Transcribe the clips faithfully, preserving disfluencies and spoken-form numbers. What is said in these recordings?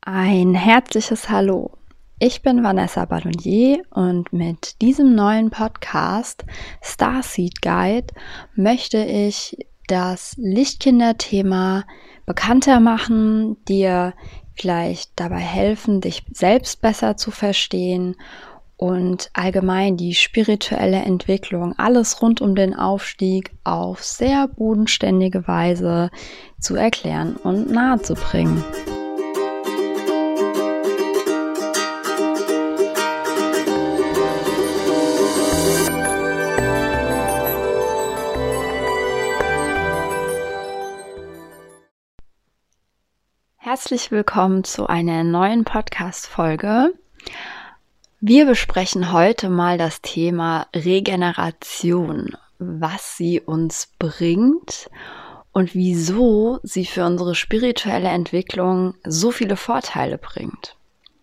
Ein herzliches Hallo. Ich bin Vanessa Ballonier und mit diesem neuen Podcast Starseed Guide möchte ich das Lichtkinder-Thema bekannter machen, dir vielleicht dabei helfen, dich selbst besser zu verstehen und allgemein die spirituelle Entwicklung, alles rund um den Aufstieg auf sehr bodenständige Weise zu erklären und nahezubringen. Herzlich willkommen zu einer neuen Podcast-Folge. Wir besprechen heute mal das Thema Regeneration, was sie uns bringt und wieso sie für unsere spirituelle Entwicklung so viele Vorteile bringt.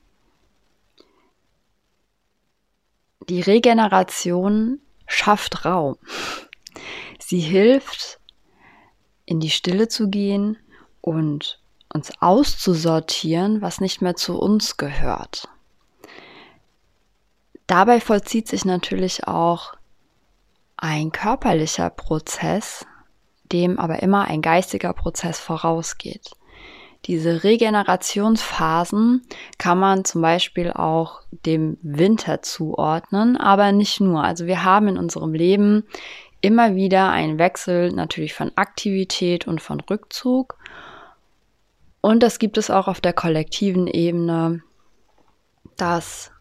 Die Regeneration schafft Raum. Sie hilft, in die Stille zu gehen und uns auszusortieren, was nicht mehr zu uns gehört. Dabei vollzieht sich natürlich auch ein körperlicher Prozess, dem aber immer ein geistiger Prozess vorausgeht. Diese Regenerationsphasen kann man zum Beispiel auch dem Winter zuordnen, aber nicht nur. Also wir haben in unserem Leben immer wieder einen Wechsel natürlich von Aktivität und von Rückzug. Und das gibt es auch auf der kollektiven Ebene, dass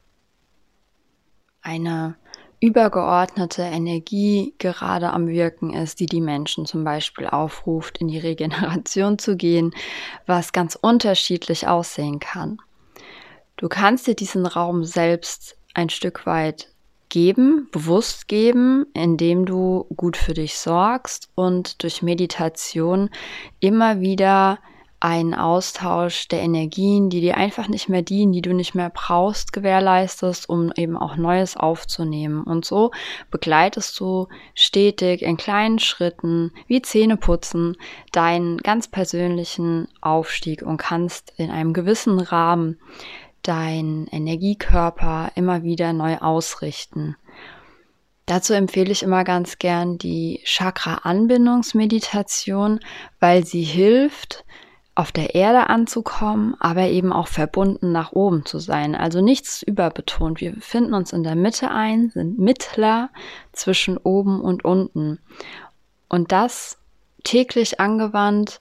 eine übergeordnete Energie gerade am Wirken ist, die die Menschen zum Beispiel aufruft, in die Regeneration zu gehen, was ganz unterschiedlich aussehen kann. Du kannst dir diesen Raum selbst ein Stück weit geben, bewusst geben, indem du gut für dich sorgst und durch Meditation immer wieder einen Austausch der Energien, die dir einfach nicht mehr dienen, die du nicht mehr brauchst, gewährleistest, um eben auch Neues aufzunehmen. Und so begleitest du stetig in kleinen Schritten, wie Zähneputzen, deinen ganz persönlichen Aufstieg und kannst in einem gewissen Rahmen deinen Energiekörper immer wieder neu ausrichten. Dazu empfehle ich immer ganz gern die Chakra-Anbindungsmeditation, weil sie hilft, auf der Erde anzukommen, aber eben auch verbunden nach oben zu sein. Also nichts überbetont. Wir befinden uns in der Mitte ein, sind Mittler zwischen oben und unten. Und das täglich angewandt,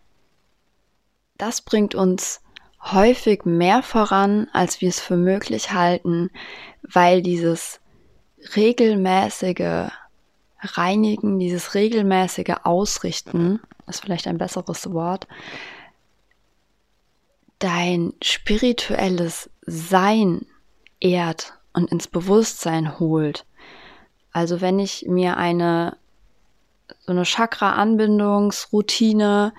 das bringt uns häufig mehr voran, als wir es für möglich halten, weil dieses regelmäßige Reinigen, dieses regelmäßige Ausrichten, ist vielleicht ein besseres Wort, dein spirituelles Sein ehrt und ins Bewusstsein holt. Also wenn ich mir eine so eine Chakra-Anbindungsroutine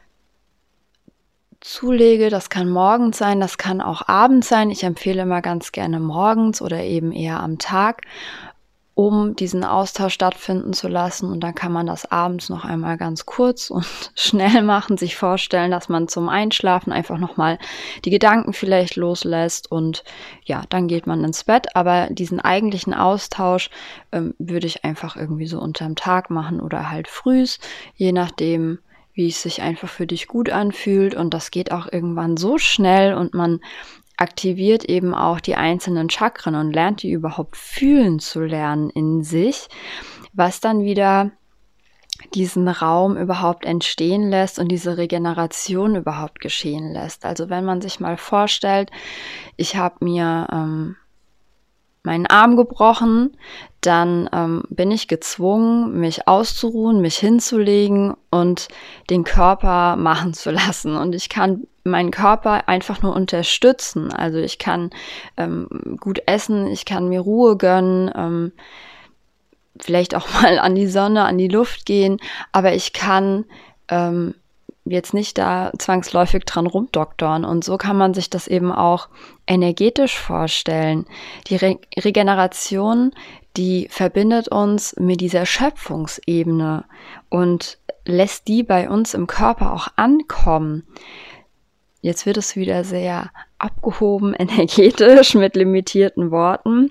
zulege, das kann morgens sein, das kann auch abends sein. Ich empfehle immer ganz gerne morgens oder eben eher am Tag, um diesen Austausch stattfinden zu lassen. Und dann kann man das abends noch einmal ganz kurz und schnell machen, sich vorstellen, dass man zum Einschlafen einfach nochmal die Gedanken vielleicht loslässt und ja, dann geht man ins Bett. Aber diesen eigentlichen Austausch ähm, würde ich einfach irgendwie so unterm Tag machen oder halt frühs, je nachdem, wie es sich einfach für dich gut anfühlt. Und das geht auch irgendwann so schnell und man aktiviert eben auch die einzelnen Chakren und lernt die überhaupt fühlen zu lernen in sich, was dann wieder diesen Raum überhaupt entstehen lässt und diese Regeneration überhaupt geschehen lässt. Also wenn man sich mal vorstellt, ich habe mir ähm, meinen Arm gebrochen, dann ähm, bin ich gezwungen, mich auszuruhen, mich hinzulegen und den Körper machen zu lassen. Und ich kann meinen Körper einfach nur unterstützen. Also ich kann ähm, gut essen, ich kann mir Ruhe gönnen, ähm, vielleicht auch mal an die Sonne, an die Luft gehen, aber ich kann ähm, jetzt nicht da zwangsläufig dran rumdoktern. Und so kann man sich das eben auch energetisch vorstellen. Die Re- Regeneration, die verbindet uns mit dieser Schöpfungsebene und lässt die bei uns im Körper auch ankommen. jetzt wird es wieder sehr abgehoben, energetisch mit limitierten Worten.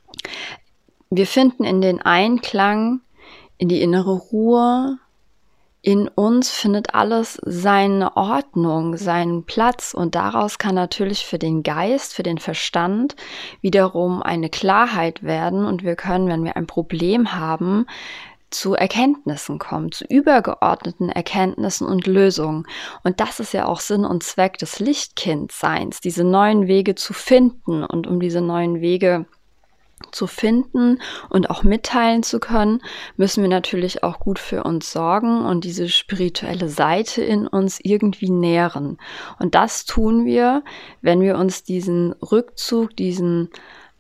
Wir finden in den Einklang, in die innere Ruhe, in uns findet alles seine Ordnung, seinen Platz und daraus kann natürlich für den Geist, für den Verstand wiederum eine Klarheit werden und wir können, wenn wir ein Problem haben, zu Erkenntnissen kommen, zu übergeordneten Erkenntnissen und Lösungen. Und das ist ja auch Sinn und Zweck des Lichtkindseins, diese neuen Wege zu finden und um diese neuen Wege zu finden und auch mitteilen zu können, müssen wir natürlich auch gut für uns sorgen und diese spirituelle Seite in uns irgendwie nähren. Und das tun wir, wenn wir uns diesen Rückzug, diesen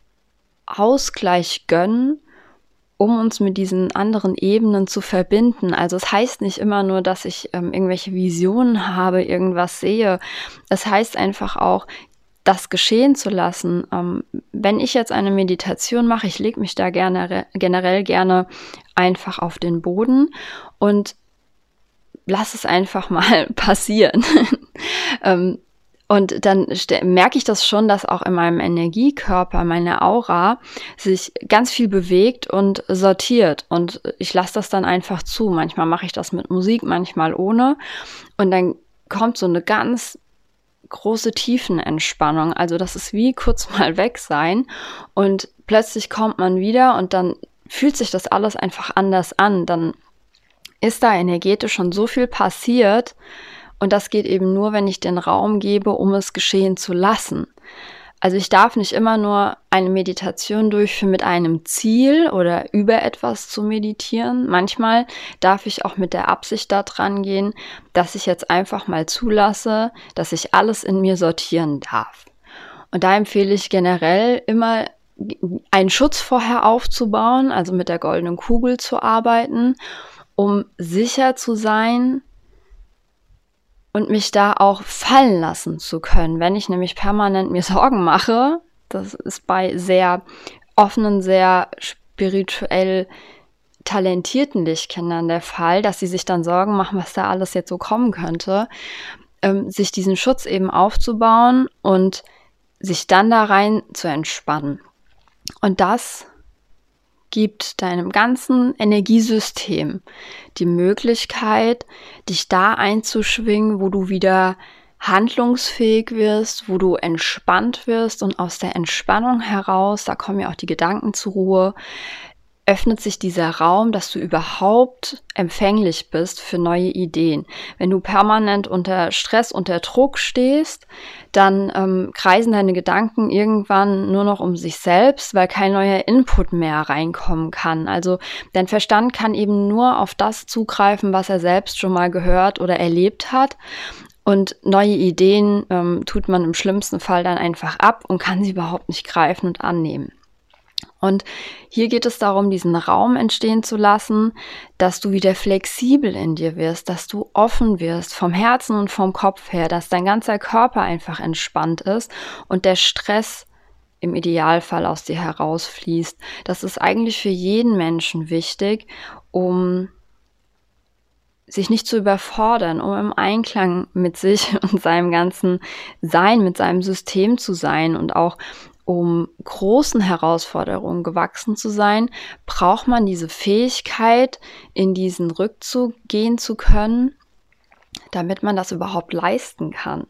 Ausgleich gönnen, um uns mit diesen anderen Ebenen zu verbinden. Also es heißt nicht immer nur, dass ich ähm, irgendwelche Visionen habe, irgendwas sehe. Es heißt einfach auch, das geschehen zu lassen. Ähm, wenn ich jetzt eine Meditation mache, ich lege mich da gerne generell gerne einfach auf den Boden und lass es einfach mal passieren. ähm, und dann merke ich das schon, dass auch in meinem Energiekörper, meine Aura, sich ganz viel bewegt und sortiert. Und ich lasse das dann einfach zu. Manchmal mache ich das mit Musik, manchmal ohne. Und dann kommt so eine ganz große Tiefenentspannung. Also das ist wie kurz mal weg sein und plötzlich kommt man wieder und dann fühlt sich das alles einfach anders an. Dann ist da energetisch schon so viel passiert und das geht eben nur, wenn ich den Raum gebe, um es geschehen zu lassen. Also ich darf nicht immer nur eine Meditation durchführen mit einem Ziel oder über etwas zu meditieren. Manchmal darf ich auch mit der Absicht da dran gehen, dass ich jetzt einfach mal zulasse, dass ich alles in mir sortieren darf. Und da empfehle ich generell immer, einen Schutz vorher aufzubauen, also mit der goldenen Kugel zu arbeiten, um sicher zu sein, und mich da auch fallen lassen zu können. Wenn ich nämlich permanent mir Sorgen mache, das ist bei sehr offenen, sehr spirituell talentierten Lichtkindern der Fall, dass sie sich dann Sorgen machen, was da alles jetzt so kommen könnte, ähm, sich diesen Schutz eben aufzubauen und sich dann da rein zu entspannen. Und das gibt deinem ganzen Energiesystem die Möglichkeit, dich da einzuschwingen, wo du wieder handlungsfähig wirst, wo du entspannt wirst und aus der Entspannung heraus, da kommen ja auch die Gedanken zur Ruhe, öffnet sich dieser Raum, dass du überhaupt empfänglich bist für neue Ideen. Wenn du permanent unter Stress, unter Druck stehst, dann ähm, kreisen deine Gedanken irgendwann nur noch um sich selbst, weil kein neuer Input mehr reinkommen kann. Also dein Verstand kann eben nur auf das zugreifen, was er selbst schon mal gehört oder erlebt hat. Und neue Ideen ähm, tut man im schlimmsten Fall dann einfach ab und kann sie überhaupt nicht greifen und annehmen. Und hier geht es darum, diesen Raum entstehen zu lassen, dass du wieder flexibel in dir wirst, dass du offen wirst vom Herzen und vom Kopf her, dass dein ganzer Körper einfach entspannt ist und der Stress im Idealfall aus dir herausfließt. Das ist eigentlich für jeden Menschen wichtig, um sich nicht zu überfordern, um im Einklang mit sich und seinem ganzen Sein, mit seinem System zu sein und auch um großen Herausforderungen gewachsen zu sein, braucht man diese Fähigkeit, in diesen Rückzug gehen zu können, damit man das überhaupt leisten kann.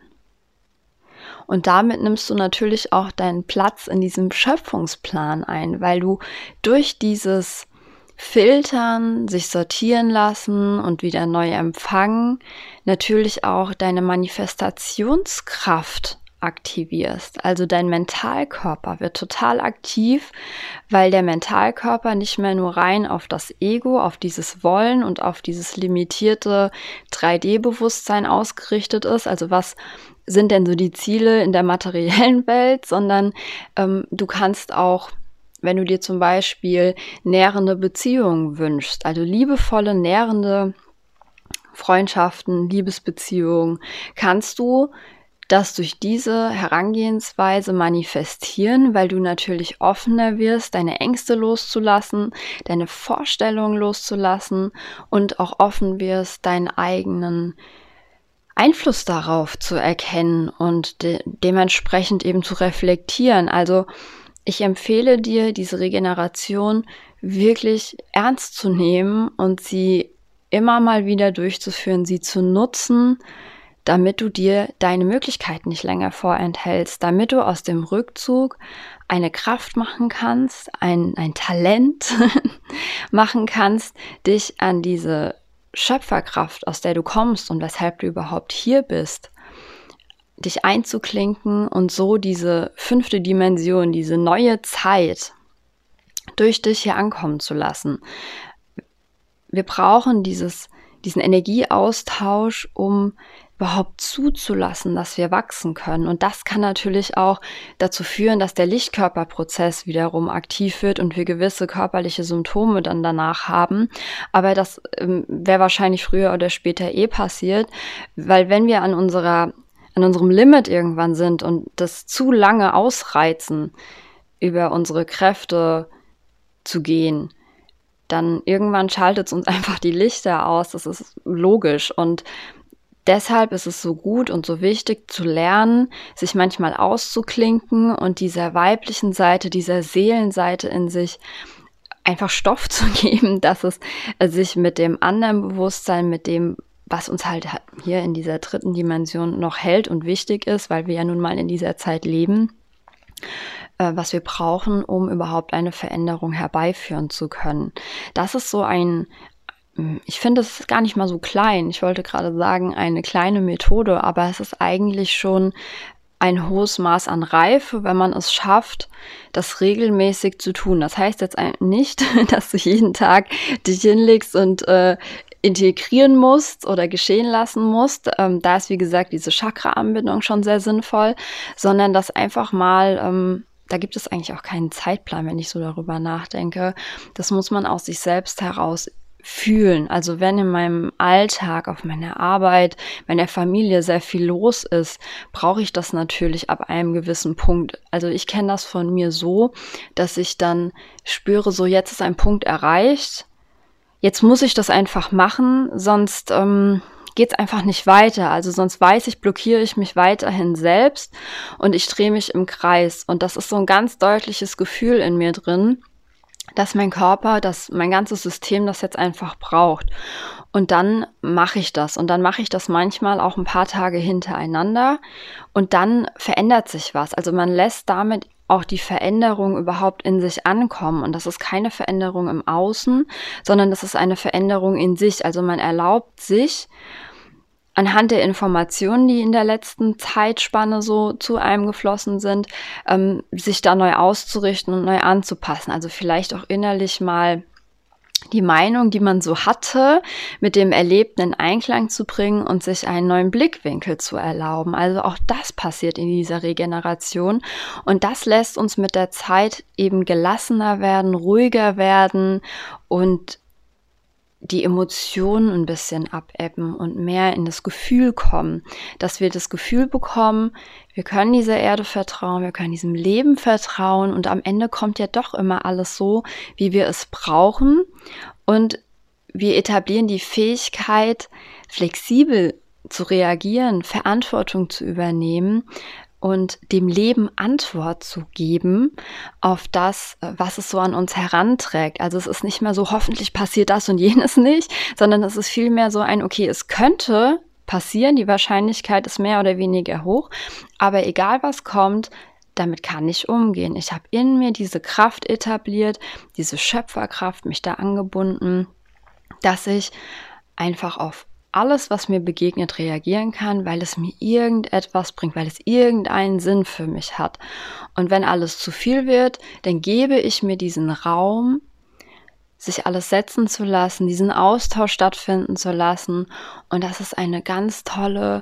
Und damit nimmst du natürlich auch deinen Platz in diesem Schöpfungsplan ein, weil du durch dieses Filtern, sich sortieren lassen und wieder neu empfangen, natürlich auch deine Manifestationskraft aktivierst. Also dein Mentalkörper wird total aktiv, weil der Mentalkörper nicht mehr nur rein auf das Ego, auf dieses Wollen und auf dieses limitierte drei D-Bewusstsein ausgerichtet ist. Also was sind denn so die Ziele in der materiellen Welt, sondern ähm, du kannst auch, wenn du dir zum Beispiel nährende Beziehungen wünschst, also liebevolle, nährende Freundschaften, Liebesbeziehungen, kannst du das durch diese Herangehensweise manifestieren, weil du natürlich offener wirst, deine Ängste loszulassen, deine Vorstellungen loszulassen und auch offen wirst, deinen eigenen Einfluss darauf zu erkennen und de- dementsprechend eben zu reflektieren. Also ich empfehle dir, diese Regeneration wirklich ernst zu nehmen und sie immer mal wieder durchzuführen, sie zu nutzen, damit du dir deine Möglichkeiten nicht länger vorenthältst, damit du aus dem Rückzug eine Kraft machen kannst, ein, ein Talent machen kannst, dich an diese Schöpferkraft, aus der du kommst und weshalb du überhaupt hier bist, dich einzuklinken und so diese fünfte Dimension, diese neue Zeit durch dich hier ankommen zu lassen. Wir brauchen dieses, diesen Energieaustausch, um überhaupt zuzulassen, dass wir wachsen können. Und das kann natürlich auch dazu führen, dass der Lichtkörperprozess wiederum aktiv wird und wir gewisse körperliche Symptome dann danach haben. Aber das ähm, wäre wahrscheinlich früher oder später eh passiert, weil wenn wir an unserer, an unserem Limit irgendwann sind und das zu lange ausreizen, über unsere Kräfte zu gehen, dann irgendwann schaltet es uns einfach die Lichter aus. Das ist logisch. Und deshalb ist es so gut und so wichtig zu lernen, sich manchmal auszuklinken und dieser weiblichen Seite, dieser Seelenseite in sich einfach Stoff zu geben, dass es sich mit dem anderen Bewusstsein, mit dem, was uns halt hier in dieser dritten Dimension noch hält und wichtig ist, weil wir ja nun mal in dieser Zeit leben, was wir brauchen, um überhaupt eine Veränderung herbeiführen zu können. Das ist so ein, ich finde, es ist gar nicht mal so klein. Ich wollte gerade sagen, eine kleine Methode, aber es ist eigentlich schon ein hohes Maß an Reife, wenn man es schafft, das regelmäßig zu tun. Das heißt jetzt nicht, dass du jeden Tag dich hinlegst und äh, integrieren musst oder geschehen lassen musst. Ähm, da ist, wie gesagt, diese Chakra-Anbindung schon sehr sinnvoll, sondern das einfach mal, ähm, da gibt es eigentlich auch keinen Zeitplan, wenn ich so darüber nachdenke. Das muss man aus sich selbst heraus fühlen. Also wenn in meinem Alltag, auf meiner Arbeit, meiner Familie sehr viel los ist, brauche ich das natürlich ab einem gewissen Punkt. Also ich kenne das von mir so, dass ich dann spüre, so jetzt ist ein Punkt erreicht, jetzt muss ich das einfach machen, sonst ähm, geht es einfach nicht weiter. Also sonst weiß ich, blockiere ich mich weiterhin selbst und ich drehe mich im Kreis. Und das ist so ein ganz deutliches Gefühl in mir drin, dass mein Körper, dass mein ganzes System das jetzt einfach braucht. Und dann mache ich das. Und dann mache ich das manchmal auch ein paar Tage hintereinander. Und dann verändert sich was. Also man lässt damit auch die Veränderung überhaupt in sich ankommen. Und das ist keine Veränderung im Außen, sondern das ist eine Veränderung in sich. Also man erlaubt sich, anhand der Informationen, die in der letzten Zeitspanne so zu einem geflossen sind, ähm, sich da neu auszurichten und neu anzupassen. Also vielleicht auch innerlich mal die Meinung, die man so hatte, mit dem Erlebten in Einklang zu bringen und sich einen neuen Blickwinkel zu erlauben. Also auch das passiert in dieser Regeneration und das lässt uns mit der Zeit eben gelassener werden, ruhiger werden und die Emotionen ein bisschen abebben und mehr in das Gefühl kommen, dass wir das Gefühl bekommen, wir können dieser Erde vertrauen, wir können diesem Leben vertrauen und am Ende kommt ja doch immer alles so, wie wir es brauchen und wir etablieren die Fähigkeit, flexibel zu reagieren, Verantwortung zu übernehmen und dem Leben Antwort zu geben auf das, was es so an uns heranträgt. Also es ist nicht mehr so, hoffentlich passiert das und jenes nicht, sondern es ist vielmehr so ein, okay, es könnte passieren, die Wahrscheinlichkeit ist mehr oder weniger hoch, aber egal was kommt, damit kann ich umgehen. Ich habe in mir diese Kraft etabliert, diese Schöpferkraft, mich da angebunden, dass ich einfach auf alles, was mir begegnet, reagieren kann, weil es mir irgendetwas bringt, weil es irgendeinen Sinn für mich hat. Und wenn alles zu viel wird, dann gebe ich mir diesen Raum, sich alles setzen zu lassen, diesen Austausch stattfinden zu lassen. Und das ist eine ganz tolle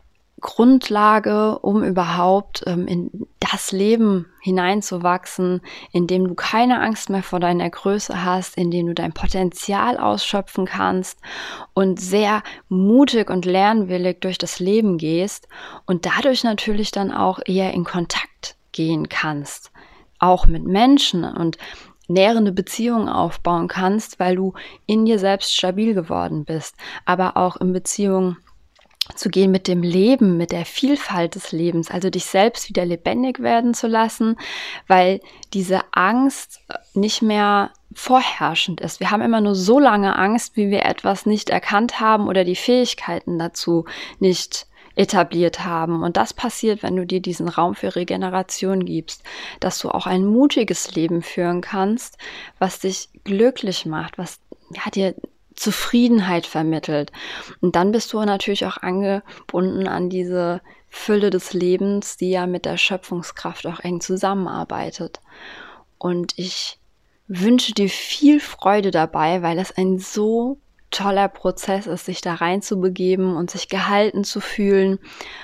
Grundlage, um überhaupt ähm, in das Leben hineinzuwachsen, in dem du keine Angst mehr vor deiner Größe hast, in dem du dein Potenzial ausschöpfen kannst und sehr mutig und lernwillig durch das Leben gehst und dadurch natürlich dann auch eher in Kontakt gehen kannst, auch mit Menschen und nährende Beziehungen aufbauen kannst, weil du in dir selbst stabil geworden bist, aber auch in Beziehungen zu gehen mit dem Leben, mit der Vielfalt des Lebens, also dich selbst wieder lebendig werden zu lassen, weil diese Angst nicht mehr vorherrschend ist. Wir haben immer nur so lange Angst, wie wir etwas nicht erkannt haben oder die Fähigkeiten dazu nicht etabliert haben. Und das passiert, wenn du dir diesen Raum für Regeneration gibst, dass du auch ein mutiges Leben führen kannst, was dich glücklich macht, was ja, dir Zufriedenheit vermittelt. Und dann bist du natürlich auch angebunden an diese Fülle des Lebens, die ja mit der Schöpfungskraft auch eng zusammenarbeitet. Und ich wünsche dir viel Freude dabei, weil es ein so toller Prozess ist, sich da reinzubegeben und sich gehalten zu fühlen.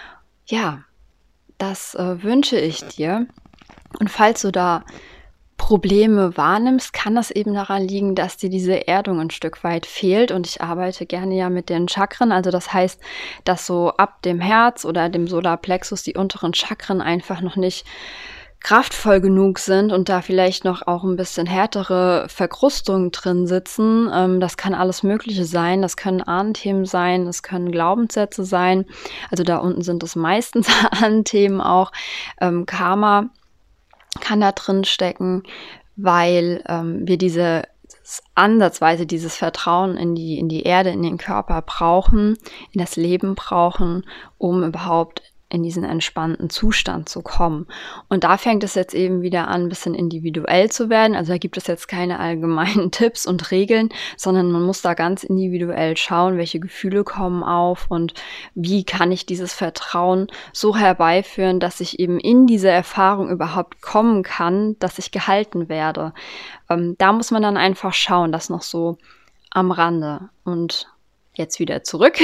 Ja, das äh, wünsche ich dir. Und falls du da Probleme wahrnimmst, kann das eben daran liegen, dass dir diese Erdung ein Stück weit fehlt. Und ich arbeite gerne ja mit den Chakren. Also das heißt, dass so ab dem Herz oder dem Solarplexus die unteren Chakren einfach noch nicht kraftvoll genug sind und da vielleicht noch auch ein bisschen härtere Verkrustungen drin sitzen. Ähm, das kann alles Mögliche sein. Das können Ahnenthemen sein, das können Glaubenssätze sein. Also da unten sind es meistens Ahnenthemen auch. Ähm, Karma kann da drin stecken, weil ähm, wir diese ansatzweise dieses Vertrauen in die, in die Erde, in den Körper brauchen, in das Leben brauchen, um überhaupt in diesen entspannten Zustand zu kommen. Und da fängt es jetzt eben wieder an, ein bisschen individuell zu werden. Also da gibt es jetzt keine allgemeinen Tipps und Regeln, sondern man muss da ganz individuell schauen, welche Gefühle kommen auf und wie kann ich dieses Vertrauen so herbeiführen, dass ich eben in diese Erfahrung überhaupt kommen kann, dass ich gehalten werde. Ähm, da muss man dann einfach schauen, das noch so am Rande. Und jetzt wieder zurück.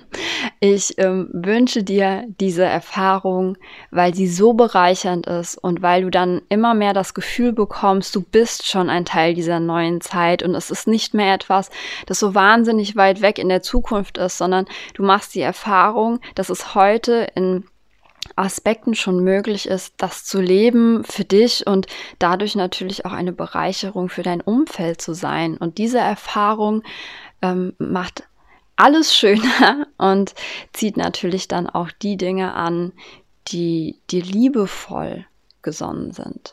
Ich ähm, wünsche dir diese Erfahrung, weil sie so bereichernd ist und weil du dann immer mehr das Gefühl bekommst, du bist schon ein Teil dieser neuen Zeit und es ist nicht mehr etwas, das so wahnsinnig weit weg in der Zukunft ist, sondern du machst die Erfahrung, dass es heute in Aspekten schon möglich ist, das zu leben für dich und dadurch natürlich auch eine Bereicherung für dein Umfeld zu sein. Und diese Erfahrung ähm, macht alles schöner und zieht natürlich dann auch die Dinge an, die dir liebevoll gesonnen sind.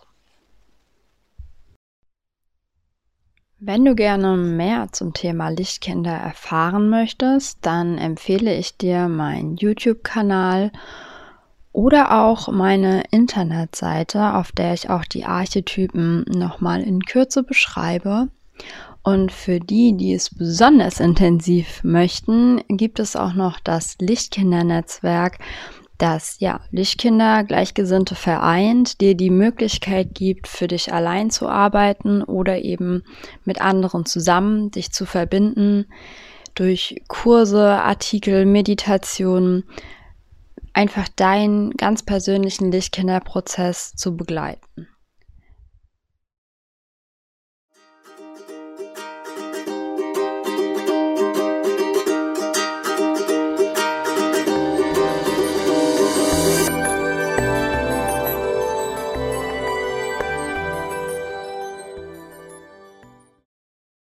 Wenn du gerne mehr zum Thema Lichtkinder erfahren möchtest, dann empfehle ich dir meinen YouTube-Kanal oder auch meine Internetseite, auf der ich auch die Archetypen nochmal in Kürze beschreibe. Und für die, die es besonders intensiv möchten, gibt es auch noch das Lichtkinder-Netzwerk, das ja Lichtkinder, Gleichgesinnte vereint, dir die Möglichkeit gibt, für dich allein zu arbeiten oder eben mit anderen zusammen dich zu verbinden, durch Kurse, Artikel, Meditationen, einfach deinen ganz persönlichen Lichtkinderprozess zu begleiten.